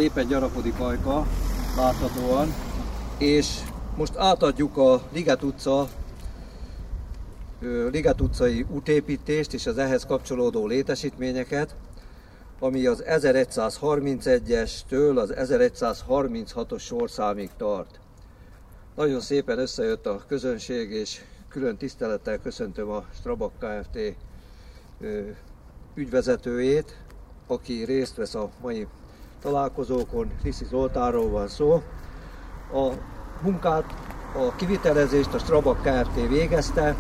szépen gyarapodik Ajka, láthatóan, és most átadjuk a Liget utcai útépítést és az ehhez kapcsolódó létesítményeket, ami az 1131-estől az 1136-os sorszámig tart. Nagyon szépen összejött a közönség, és külön tisztelettel köszöntöm a Strabag Kft. Ügyvezetőjét, aki részt vesz a mai találkozókon. Riszi Zoltánról van szó. A munkát, a kivitelezést a Strabag Kft. Végezte,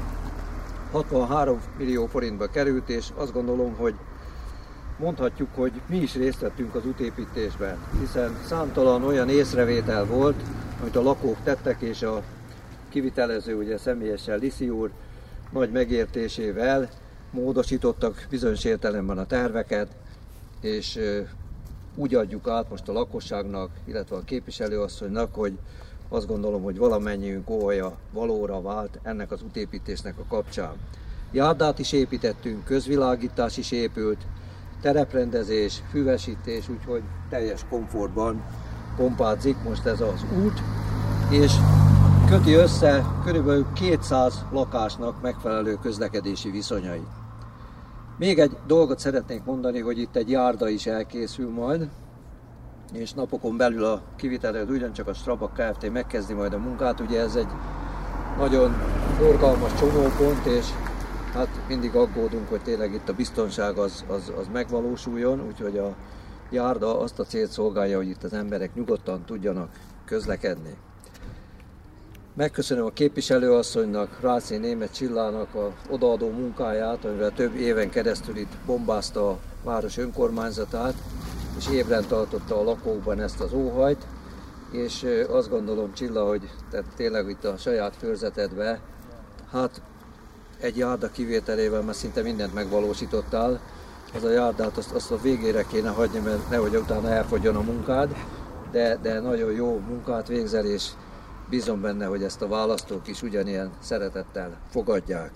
63 millió forintba került, és azt gondolom, hogy mondhatjuk, hogy mi is részt vettünk az útépítésben, hiszen számtalan olyan észrevétel volt, amit a lakók tettek, és a kivitelező, ugye személyesen Liszi úr nagy megértésével módosítottak bizonyos értelemben a terveket, és úgy adjuk át most a lakosságnak, illetve a képviselőasszonynak, hogy azt gondolom, hogy valamennyiünk óhaja valóra vált ennek az útépítésnek a kapcsán. Járdát is építettünk, közvilágítás is épült, tereprendezés, füvesítés, úgyhogy teljes komfortban pompázik most ez az út, és köti össze kb. 200 lakásnak megfelelő közlekedési viszonyait. Még egy dolgot szeretnék mondani, hogy itt egy járda is elkészül majd, és napokon belül a kivitelező ugyancsak a Strabag Kft. Megkezdi majd a munkát. Ugye ez egy nagyon forgalmas csomópont, és hát mindig aggódunk, hogy tényleg itt a biztonság az megvalósuljon, úgyhogy a járda azt a célt szolgálja, hogy itt az emberek nyugodtan tudjanak közlekedni. Megköszönöm a képviselőasszonynak, Ráczi Németh Csillának az odaadó munkáját, amivel több éven keresztül itt bombázta a város önkormányzatát, és ébren tartotta a lakókban ezt az óhajt, és azt gondolom, Csilla, hogy te tényleg itt a saját körzetedben, hát egy járda kivételével már szinte mindent megvalósítottál. Az a járdát azt a végére kéne hagyni, mert nehogy utána elfogjon a munkád, de nagyon jó munkát végzel, és bízom benne, hogy ezt a választók is ugyanilyen szeretettel fogadják.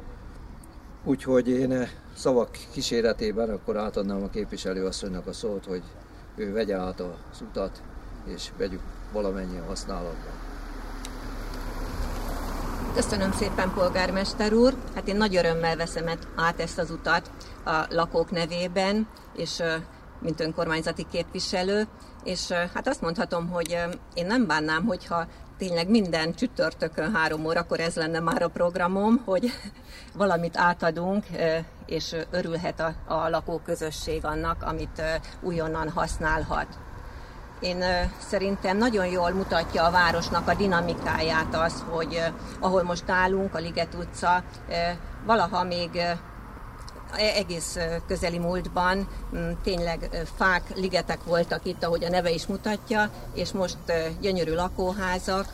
Úgyhogy én szavak kíséretében akkor átadnám a képviselőasszonynak a szót, hogy ő vegye át az utat, és vegyük valamennyien használatba. Köszönöm szépen, polgármester úr! Hát én nagy örömmel veszem át ezt az utat a lakók nevében, és mint önkormányzati képviselő, és hát azt mondhatom, hogy én nem bánnám, hogyha tényleg minden csütörtökön 3 órakor ez lenne már a programom, hogy valamit átadunk, és örülhet a lakóközösség annak, amit újonnan használhat. Én szerintem nagyon jól mutatja a városnak a dinamikáját az, hogy ahol most állunk, a Liget utca, valaha még egész közeli múltban tényleg fák, ligetek voltak itt, ahogy a neve is mutatja, és most gyönyörű lakóházak,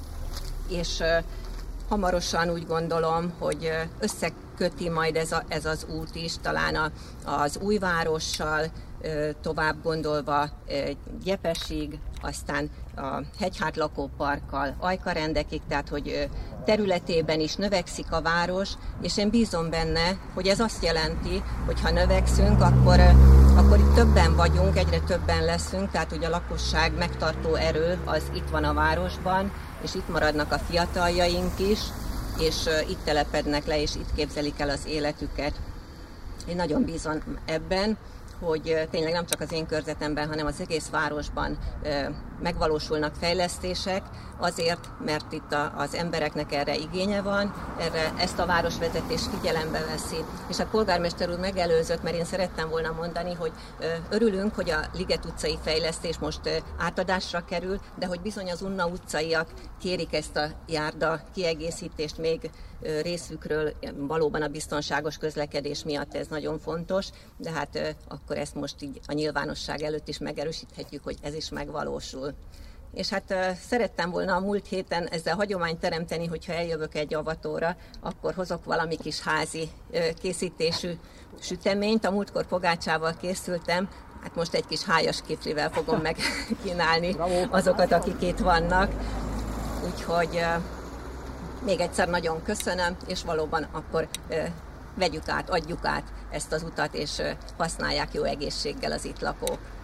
és hamarosan úgy gondolom, hogy összeköti majd ez az út is, talán az Újvárossal, tovább gondolva Gyepesig, aztán a Hegyhát lakóparkkal, Ajkarendekig, tehát hogy területében is növekszik a város, és én bízom benne, hogy ez azt jelenti, hogy ha növekszünk, akkor itt többen vagyunk, egyre többen leszünk, tehát hogy a lakosság megtartó erő az itt van a városban, és itt maradnak a fiataljaink is, és itt telepednek le, és itt képzelik el az életüket. Én nagyon bízom ebben, hogy tényleg nem csak az én körzetemben, hanem az egész városban megvalósulnak fejlesztések, azért, mert itt az embereknek erre igénye van, ezt a városvezetés figyelembe veszi. És a polgármester úr megelőzött, mert én szerettem volna mondani, hogy örülünk, hogy a Liget utcai fejlesztés most átadásra kerül, de hogy bizony az Unna utcaiak kérik ezt a járda kiegészítést még részükről, valóban a biztonságos közlekedés miatt ez nagyon fontos, de hát akkor ezt most így a nyilvánosság előtt is megerősíthetjük, hogy ez is megvalósul. És hát szerettem volna a múlt héten ezzel hagyományt teremteni, hogyha eljövök egy avatóra, akkor hozok valami kis házi készítésű süteményt. A múltkor pogácsával készültem, hát most egy kis hájas kiflivel fogom megkínálni azokat, akik itt vannak. Úgyhogy még egyszer nagyon köszönöm, és valóban akkor vegyük át, adjuk át ezt az utat, és használják jó egészséggel az itt lakók.